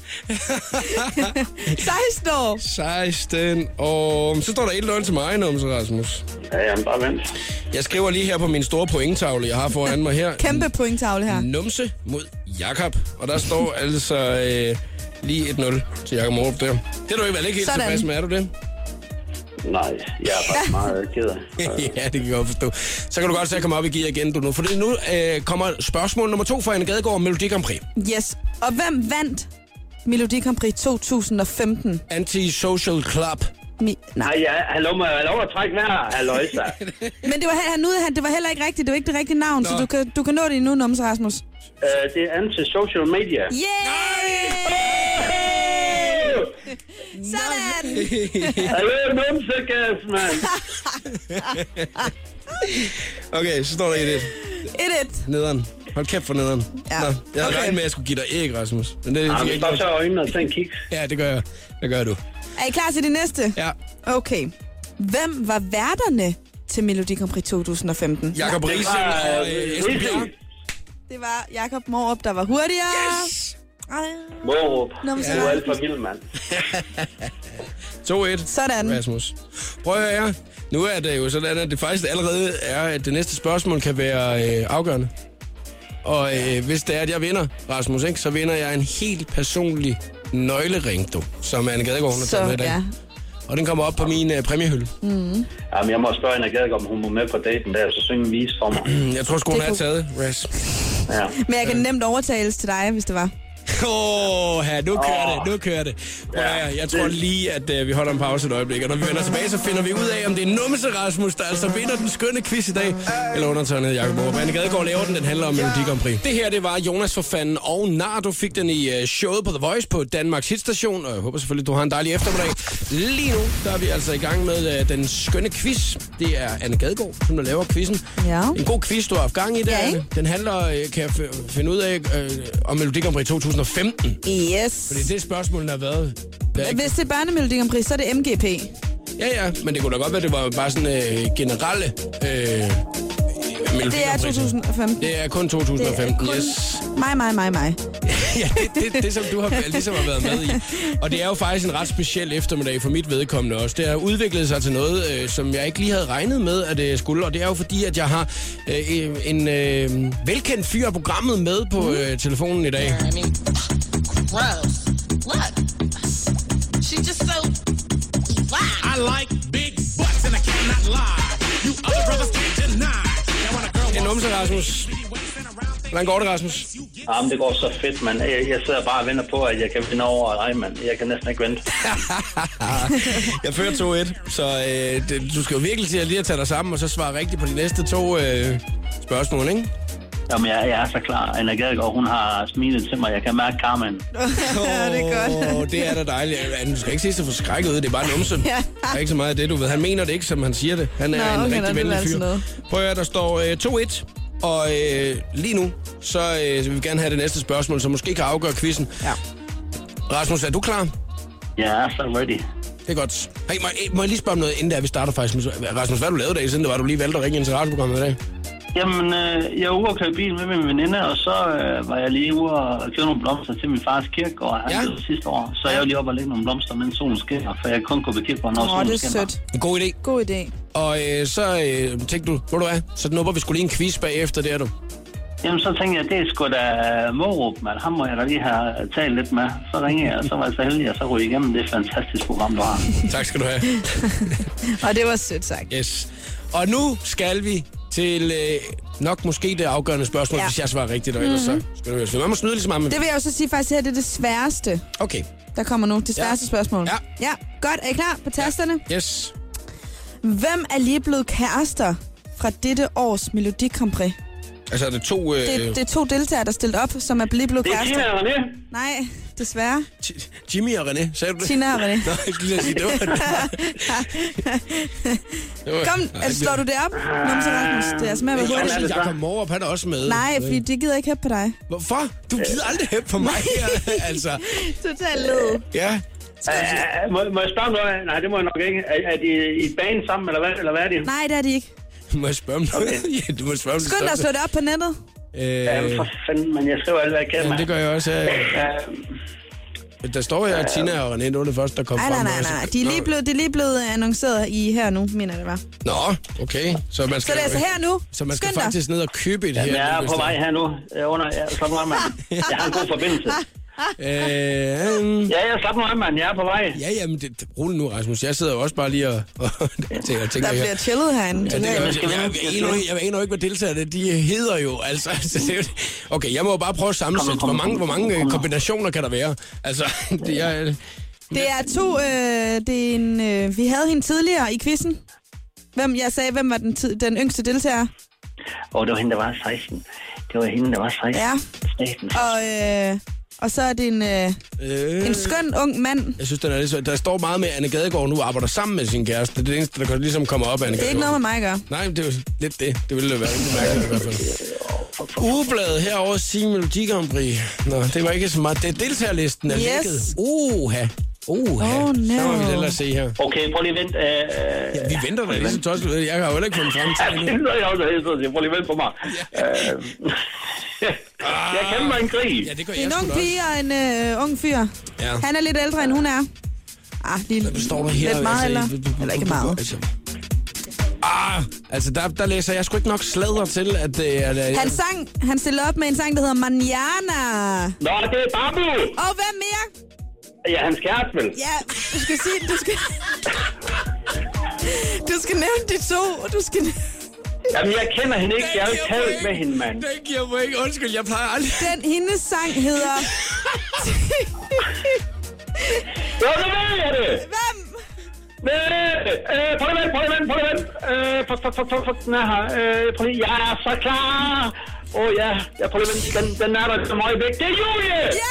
16 år. 16 år. Så står der 1-0 til mig, Numse Rasmus. Ja, jamen, bare vent. Jeg skriver lige her på min store pointtavle, jeg har foran mig her. Kæmpe pointtavle her. Numse mod Jakob. Og der står altså lige 1-0 til Jakob Morup der. Det er du vel ikke helt tilfreds med, er du det? Nej, jeg er faktisk meget ked af. Ja, det kan jeg godt forstå. Så kan du godt se at komme op i gear igen, du nu. For nu kommer spørgsmål nummer 2 fra Anne Gadegaard om Melodi Grand Prix. Yes. Og hvem vandt Melodi Grand Prix 2015? Anti-Social Club. Nej, ja, han lov at trække hver, halløjsa. Men det var heller ikke rigtigt. Det var ikke det rigtige navn, så du kan nå det endnu, Numse Rasmus. Det er Anti-Social Media. Yeah! Sådan! Hallo, numsegas, mand. Okay, så står der 1-1. 1-1. Nederen. Hold kæft for nederen. Ja. Nå, jeg havde regnet med, at jeg skulle give dig æg, Rasmus. Men det fik jeg ikke. Stop så øjnene og tænk kiks. Ja, det gør jeg. Det gør du. Er I klar til det næste? Ja. Okay. Hvem var værterne til Melodi Grand Prix 2015? Jakob Riising og Esben Bjerg. Det var Jakob Morup, der var hurtigere. Yes! Morup. Numse Du er alt for vild, mand. 2-1. Sådan. Rasmus. Prøv at høre. Nu er det jo sådan, at det faktisk allerede er, at det næste spørgsmål kan være afgørende. Og hvis det er, at jeg vinder, Rasmus, ikke, så vinder jeg en helt personlig nøglering, som Anne Gadegaard har taget med i dag. Ja. Og den kommer op på min præmiehylde. Jamen, jeg må spørge Anne Gadegaard, om hun må med på daten der, så synge en vis for mig. Jeg tror sgu, hun er taget, Ras. Ja. Men jeg kan nemt overtales til dig, hvis det var. Nu kører det. Jeg tror lige, at vi holder en pause et øjeblik. Og når vi vender tilbage, så finder vi ud af, om det er Numse Rasmus, der altså vinder den skønne quiz i dag. Eller undertegnet Jakob Morup. Anne Gadegaard laver den handler om Melodi Grand Prix. Det her, det var Jonas for fanden og Nardo fik den i showet på The Voice på Danmarks hitstation. Og jeg håber selvfølgelig, du har en dejlig eftermiddag. Lige nu, der er vi altså i gang med den skønne quiz. Det er Anne Gadegaard, som der laver quizzen. Ja. En god quiz, du har haft gang i der, Anne. Den handler, kan jeg finde ud af, om Melodi Grand Prix 2015. Yes. Fordi det spørgsmål har været... Hvis det er børnemelodi Grand Prix, så er det MGP. Ja, men det kunne da godt være, det var bare sådan generelle... det er 2015. Det er kun 2015, det er kun yes. Mig. Ja, det som du har været med i. Og det er jo faktisk en ret speciel eftermiddag for mit vedkommende også. Det har udviklet sig til noget, som jeg ikke lige havde regnet med, at det skulle. Og det er jo fordi, at jeg har en velkendt fyr af programmet med på telefonen i dag. Gross. Look. She just so wow. I like big butts and I cannot lie. You other brothers can't deny. Det er Numse Rasmus. Hvordan går det, Rasmus? Jamen, det går så fedt, mand. Jeg sidder bare og venter på, at jeg kan vinde over dig, mand. Jeg kan næsten ikke vente. Jeg fører 2-1, så du skal jo virkelig til at lige at tage dig sammen, og så svare rigtigt på de næste 2 spørgsmål, ikke? Jamen, jeg er så klar. Anne Gadegaard, hun har smilet til mig. Jeg kan mærke karmen. Det er godt. Det er da dejligt. Du skal ikke se så forskrækket ud. Det er bare Numse. Der er ikke så meget af det, du ved. Han mener det ikke, som han siger det. Han er en rigtig venlig fyr. Prøv at høre, der står 2-1. Og lige nu, så vil vi gerne have det næste spørgsmål, som måske kan afgøre quizzen. Ja. Rasmus, er du klar? Ja, så ready. Det er godt. Hey, må jeg lige spørge om noget, inden vi starter faktisk? Rasmus, hvad har du lavet dag siden, det var du lige valgte at ringe ind til radioprogrammet i dag? Jamen, jeg var ude og køre bil med min veninde, og så var jeg lige ude og købe nogle blomster til min fars kirkegård. Han døde sidste år, så jeg var lige oppe og lægge nogle blomster, mens solen skinner, for jeg kun kunne på kirkegården, når solen skinner. Det er sødt. En god idé. God idé. Og så tænkte du, ved du hvad, så den håber vi skulle lige en quiz bagefter, det er du. Jamen, så tænkte jeg, det er sgu da Mårup, men ham må jeg da lige have talt lidt med. Så ringede jeg, og så var jeg så heldig, og så ryge igennem det fantastiske program, du har. Tak skal du have. Og det var sødt sagt. Yes. Og nu skal vi til nok måske det afgørende spørgsmål, hvis jeg svarer rigtigt, og ellers så skal du høre. Man må snyde ligesom ham. Det vil jeg jo så sige faktisk her, det er det sværeste. Okay. Der kommer nu det sværeste spørgsmål. Ja, godt. Er I klar på tasterne? Ja. Yes. Hvem er lige blevet kærester fra dette års Melodi Grand Prix? Altså er det to... Det er 2 deltagere, der er stillet op, som er lige blevet kærester. Det er Tina og René. Nej, desværre. Jimmy og René, sagde du det? Tina og René. Nå, jeg skulle lige sige, det var... Kom, slår du det op? Numse Rasmus, det er altså med at være hurtigt. Jakob Mårup, han er også med. Nej, fordi det gider ikke hæppe på dig. Hvorfor? Du gider aldrig hæppe på mig her, altså. Totalt led. Ja. Må jeg spørge noget? Nej, det må jeg nok ikke. Er de i banen sammen, eller hvad er det? Nej, det er de ikke. Må jeg spørge om noget? Ja, du må spørge om det. Skynd dig at slå det op på nettet. Jamen, for fanden, men jeg skriver alt, hvad jeg kan. Jamen, det gør jeg også. Der står jo, at Tina og René, det var det første, der kom frem. Nej. De er lige blevet annonceret i her nu, mener jeg det var. Nå, okay. Så man skal, så det er altså her nu. Så man skal faktisk ned og købe et her. Jeg er på vej her nu. Jeg har en god forbindelse. Ja, jeg slapper mig, mand. Jeg er på vej. Ja, jamen, rulle nu, Rasmus. Jeg sidder jo også bare lige og tænker der bliver chillet herinde. Ja, jeg aner ikke, hvad deltagerne de hedder jo. Altså, okay, jeg må jo bare prøve at sammensætte. Hvor mange kombinationer kan der være? Altså, det er 2... det er en, vi havde hende tidligere i quizzen. Hvem var den yngste deltager? Det var hende, der var 16. Det var hende, der var 16. Ja. Og så er det en skøn ung mand. Jeg synes, der står meget med, at Anne Gadegaard nu arbejder sammen med sin kæreste. Det er det eneste, der ligesom kommer op af Anne Gadegaard. Det er ikke noget med mig at gøre. Nej, det er jo lidt det. Det ville det være rigtig mærkeligt i hvert fald. Ugebladet herovre siger Melodi Grand Prix. Nå, det var ikke så meget. Det er deltagerlisten er lækket. No. Så må vi ellers se her. Okay, prøv lige vent. Vi venter da lige så tosset. Jeg har jo heller ikke fundet frem til det nu. Prøv lige vent på mig. Jeg kender mig en krig. Ja, det gør jeg en ung pige og en ung fyr. Ja. Han er lidt ældre, end hun er. Lige står der her, lidt meget eller ikke meget. Altså der læser jeg sgu ikke nok sladder til, at det er... Han stiller op med en sang, der hedder Manana. Nå, det er Babu. Og hvem mere? Ja, hans kæreste vel. Ja, du skal sige, du skal nævne de to. Jamen, jeg kender hende ikke. Jeg har jo ikke talt med hende, mand. Det giver mig ikke. Undskyld, jeg plejer aldrig. Hendes sang hedder... Jo, det ved jeg det. Hvem? Prøv lige vent. Jeg er så klar. Ja. Prøv lige vent. Den er der som øjeblik. Det er Julie! Ja!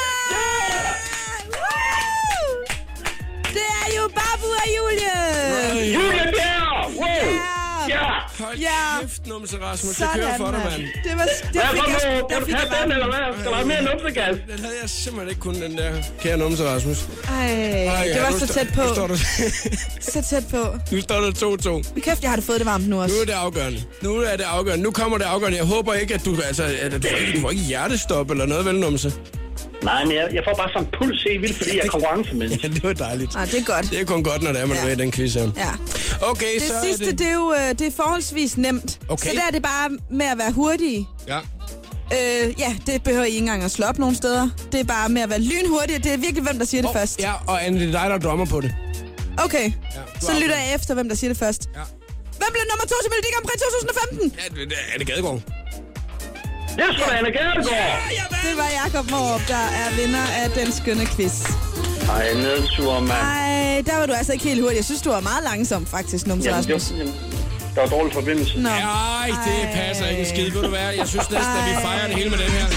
Det er jo Babu og Julie! Julie Bjerg! Wow! Ja! Hold kæft, Numse Rasmus. Sådan, jeg kører for dig, mand. Det fik jeg. Kan du tage den, eller hvad? Skal der have mere numsegas? Den havde jeg simpelthen ikke kun, den der kære Numse Rasmus. Det var så tæt på. Så tæt på. Nu står der 2-2. Kæft, jeg har det fået det varmt nu også. Nu er det afgørende. Nu kommer det afgørende. Jeg håber ikke, at du får ikke hjertestop eller noget, vel, Numse? Nej, men jeg får bare sådan en puls helt vildt, fordi jeg er konkurrencemenneske. Ja, det var dejligt. Det er godt. Det er kun godt, når det er, man er i den quiz her. Ja. Okay, det så sidste, det er jo det er forholdsvis nemt. Okay. Så der er det bare med at være hurtige. Ja. Det behøver I ikke engang at slå op nogen steder. Det er bare med at være lynhurtige. Det er virkelig, hvem der siger det først. Ja, og Anne, det er dig, der dommer på det. Okay, ja, så lytter jeg efter, hvem der siger det først. Ja. Hvem blev nummer 2 til Melodi Grand Prix 2015? Ja, det er Anne Gadegaard. Det er sgu da Anne Gadegaard. Det var Jakob Mårup, der er vinder af den skønne quiz. Ej, nedsur, mand. Ej, der var du altså ikke helt hurtig. Jeg synes, du var meget langsom, faktisk, Numse Rasmus. Der var dårlig forbindelse. Nej, det passer ikke en skid. Ved du hvad? Jeg synes næsten, at vi fejrer det hele med den her.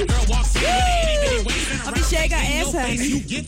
Og vi shaker asseren.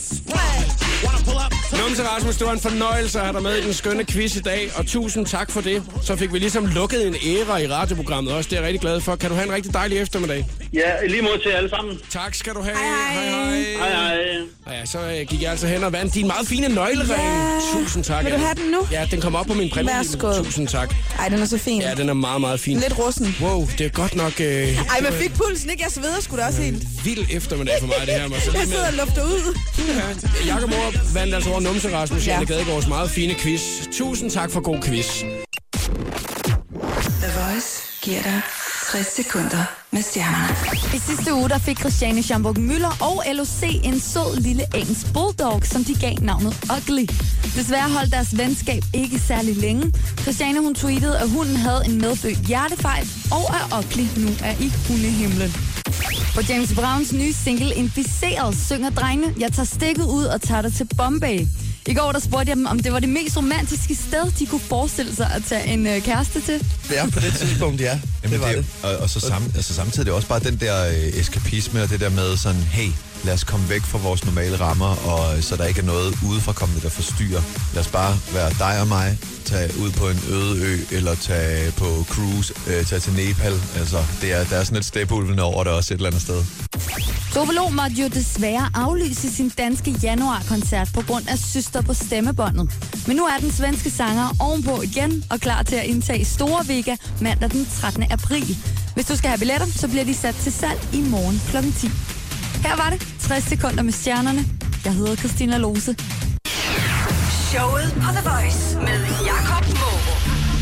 Numse Rasmus, det var en fornøjelse at have dig med i den skønne quiz i dag, og tusind tak for det. Så fik vi ligesom lukket en æra i radioprogrammet også. Det er jeg rigtig glad for. Kan du have en rigtig dejlig eftermiddag? Ja, lige mod til alle sammen. Tak skal du have. Hej. Ja, så gik jeg altså hen og vandt din meget fine nøglering. Ja. Tusind tak. Vil du have den nu? Ja, den kommer op på min præmie. Værsgo. Tusind tak. Ej, den er så fin. Ja, den er meget, meget fin. Lidt russen. Wow, det er godt nok... Ej, man fik pulsen, ikke? Jeg sveder sgu da også helt. Vild eftermiddag for mig, det her. Jeg sidder og lufter ud. Ja, Jakob Mårup vandt altså over Numse Rasmus i Anne Gadegaards meget fine quiz. Tusind tak for god quiz. The Voice giver dig 60 sekunder med stjernerne. I sidste uge der fik Christiane Schaumburg Müller og LOC en sød lille engelsk bulldog, som de gav navnet Ugly. Desværre holdt deres venskab ikke særlig længe. Christiane hun tweetede, at hunden havde en medfødt hjertefejl, og at Ugly nu er i hundehimlen. På James Browns nye single Inficeret synger drengene, jeg tager stikket ud og tager det til Bombay. I går der spurgte jeg dem, om det var det mest romantiske sted, de kunne forestille sig at tage en kæreste til. Ja, på det tidspunkt, ja. Jamen, det var det. Og så samtidig er det også bare den der eskapisme og det der med sådan, hey, lad os komme væk fra vores normale rammer, og så der ikke er noget udefrakommende, der forstyrrer. Lad os bare være dig og mig, tage ud på en øde ø, eller tage på cruise, tage til Nepal. Altså, der er sådan et stepulvende over der også et eller andet sted. Tove Lo måtte jo desværre aflyse sin danske januarkoncert på grund af syster på stemmebåndet. Men nu er den svenske sanger ovenpå igen og klar til at indtage Store Vega mandag den 13. april. Hvis du skal have billetter, så bliver de sat til salg i morgen kl. 10. Her var det 60 sekunder med stjernerne. Jeg hedder Christina Lose. Showet på The Voice med Jakob Morup.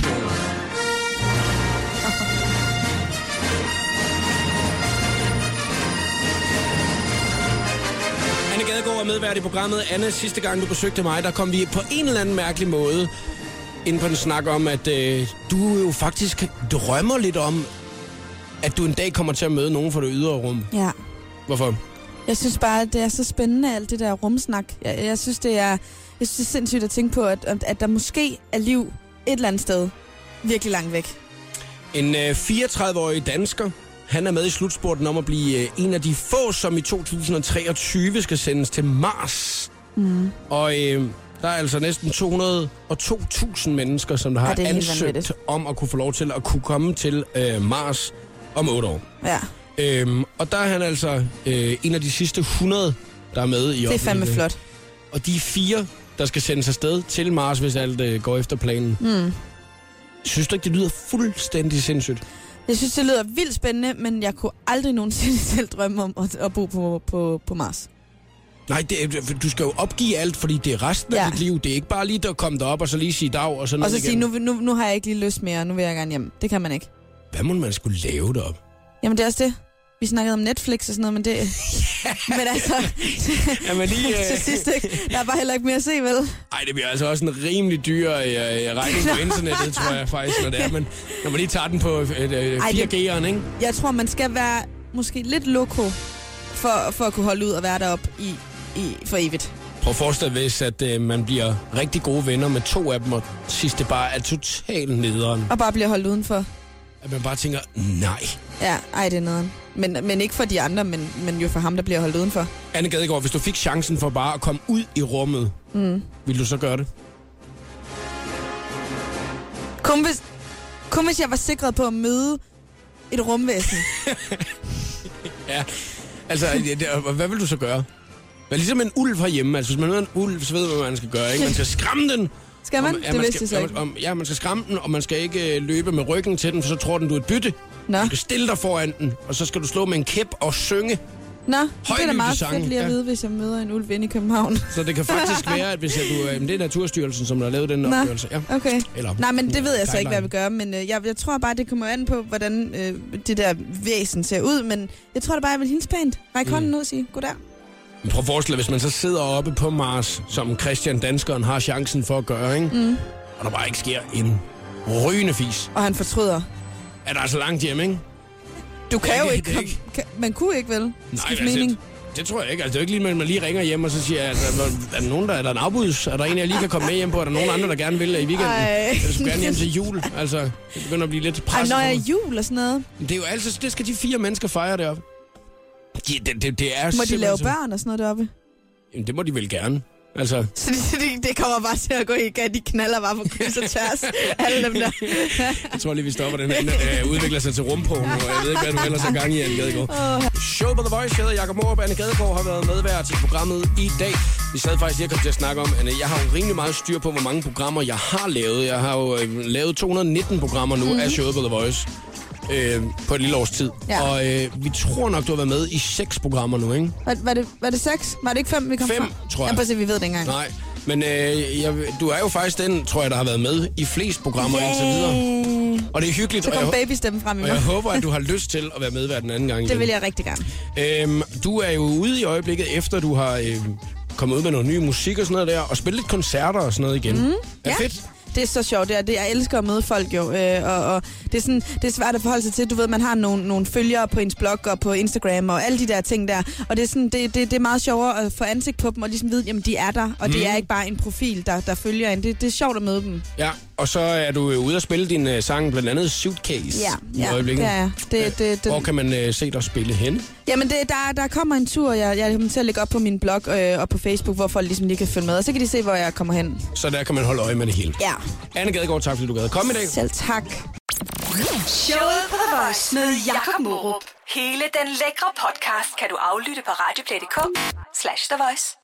Anne Gadegaard er medvært i programmet. Anne, sidste gang du besøgte mig, der kom vi på en eller anden mærkelig måde ind på den snak om, at du jo faktisk drømmer lidt om, at du en dag kommer til at møde nogen fra det ydre rum. Ja. Hvorfor? Jeg synes bare, at det er så spændende, alt det der rumsnak. Jeg synes, det er sindssygt at tænke på, at der måske er liv et eller andet sted virkelig langt væk. En 34-årig dansker, han er med i slutspurten om at blive en af de få, som i 2023 skal sendes til Mars. Mm. Og der er altså næsten 202.000 mennesker, som der har ansøgt om at kunne få lov til at kunne komme til Mars om 8 år. Ja. Og der er han altså en af de sidste 100, der er med i oplevelsen. Det er fandme flot. Og de 4, der skal sendes afsted til Mars, hvis alt går efter planen. Mm. Synes du ikke, det lyder fuldstændig sindssygt? Jeg synes, det lyder vildt spændende, men jeg kunne aldrig nogensinde selv drømme om at bo på Mars. Nej, du skal jo opgive alt, fordi det er resten af dit liv. Det er ikke bare lige at komme derop og så lige sige dag og sådan noget. Og så sige, nu har jeg ikke lige lyst mere, nu vil jeg gerne hjem. Det kan man ikke. Hvad må man skulle lave derop? Jamen det er også det. Vi snakkede om Netflix og sådan noget, men det... men altså... Jamen lige... til sidst, der er bare heller ikke mere at se, vel? Ej, det bliver altså også en rimelig dyr regning på internettet, tror jeg faktisk, når det er. Men når man lige tager den på 4G'eren, ikke? Jeg tror, man skal være måske lidt loko for at kunne holde ud og være deroppe for evigt. Prøv at forestille hvis, at man bliver rigtig gode venner med 2 af dem, og sidste bare er totalt nederen. Og bare bliver holdt udenfor. At man bare tænker, nej. Ja, ej, det er nederen. Men ikke for de andre, men jo for ham, der bliver holdt udenfor. Anne Gadegaard, hvis du fik chancen for bare at komme ud i rummet, ville du så gøre det? Kun hvis jeg var sikret på at møde et rumvæsen. Ja, altså, hvad vil du så gøre? Hvad ligesom en ulv herhjemme. Altså, hvis man møder en ulv, så ved man, hvad man skal gøre, ikke? Man skal skræmme den. Skal man? Det vidste jeg så ikke. Ja, man skal skræmme den, og man skal ikke løbe med ryggen til den, for så tror den, du er et bytte. Nå. Du skal stille dig foran den, og så skal du slå med en kæp og synge. Nå, det er da meget fedt lige at vide, hvis jeg møder en ulv inde i København. Så det kan faktisk være, at hvis det er Naturstyrelsen, som der har lavet den opgørelse. Ja. Okay. Nej, men det ved jeg så ikke, hvad jeg vil gøre. Men jeg tror bare, det kommer an på, hvordan det der væsen ser ud. Men jeg tror da bare, jeg vil hilse pænt. Række hånden ud og sige, goddag. Men prøv at forestille, hvis man så sidder oppe på Mars, som Christian Danskeren har chancen for at gøre, ikke? Mm. Og der bare ikke sker en rygende fis. Og han fortryder. Er der altså langt hjem, ikke? Du kan jo ikke. Man kunne ikke, vel? Nej, altså, det tror jeg ikke. Altså, det er jo ikke lige, at man lige ringer hjem og så siger, er der nogen, er der en afbuds? Er der en, jeg lige kan komme med hjem på? Er der nogen andre, der gerne vil i weekenden? Jeg skulle gerne hjem til jul. Altså, det begynder at blive lidt presset. Når jeg jul og sådan noget. Det er jo altså, det skal de 4 mennesker fejre deroppe. Det er må de lave børn og sådan noget deroppe? Jamen, det må de vel gerne. Altså. Så det kommer bare til at gå i gang. De knaller bare på kryds og tværs. Alle dem der. Jeg tror lige, vi stopper den her. Udvikler sig til rumporno, og jeg ved ikke, hvad du ellers er gang i, Anne Gadegaard. Show på The Voice. Jeg hedder Jakob Morup. Anne Gadegaard har været medvært til programmet i dag. Vi sad faktisk lige til at snakke om, Anne, jeg har jo rimelig meget styr på, hvor mange programmer jeg har lavet. Jeg har jo lavet 219 programmer nu af Showet på The Voice. På et lille års tid. Ja. Og vi tror nok, du har været med i 6 programmer nu, ikke? Var det 6? Var det ikke 5, vi kom 5, fra? tror jeg. Ja, prøv at se, vi ved det ikke engang. Nej, men du er jo faktisk den, tror jeg, der har været med i flest programmer indtil videre. Og det er hyggeligt. Så kom babystemmen frem i mig. Og jeg håber, at du har lyst til at være med hver den anden gang igen. Det vil jeg rigtig gerne. Du er jo ude i øjeblikket, efter du har kommet ud med noget ny musik og sådan noget der, og spille lidt koncerter og sådan noget igen. Er fedt? Det er så sjovt, det er. Jeg elsker at møde folk jo, og det er svært at forholde sig til. Du ved, man har nogle følgere på ens blog og på Instagram og alle de der ting der, og det er, sådan, det er meget sjovere at få ansigt på dem og ligesom vide, jamen de er der, og det er ikke bare en profil, der følger en. Det er sjovt at møde dem. Ja, og så er du ude at spille din sang, blandt andet Suitcase. Ja, det er jeg. Hvor kan man se dig spille henne? Jamen, der kommer en tur, jeg kommer til at lægge op på min blog og på Facebook, hvor folk ligesom lige kan følge med, og så kan de se, hvor jeg kommer hen. Så der kan man holde øje med det hele. Ja. Anne Gadegaard, tak fordi du gad komme i dag. Selv tak. Showet på The Voice med Jakob Morup. Hele den lækre podcast kan du aflytte på radioplay.dk/The Voice.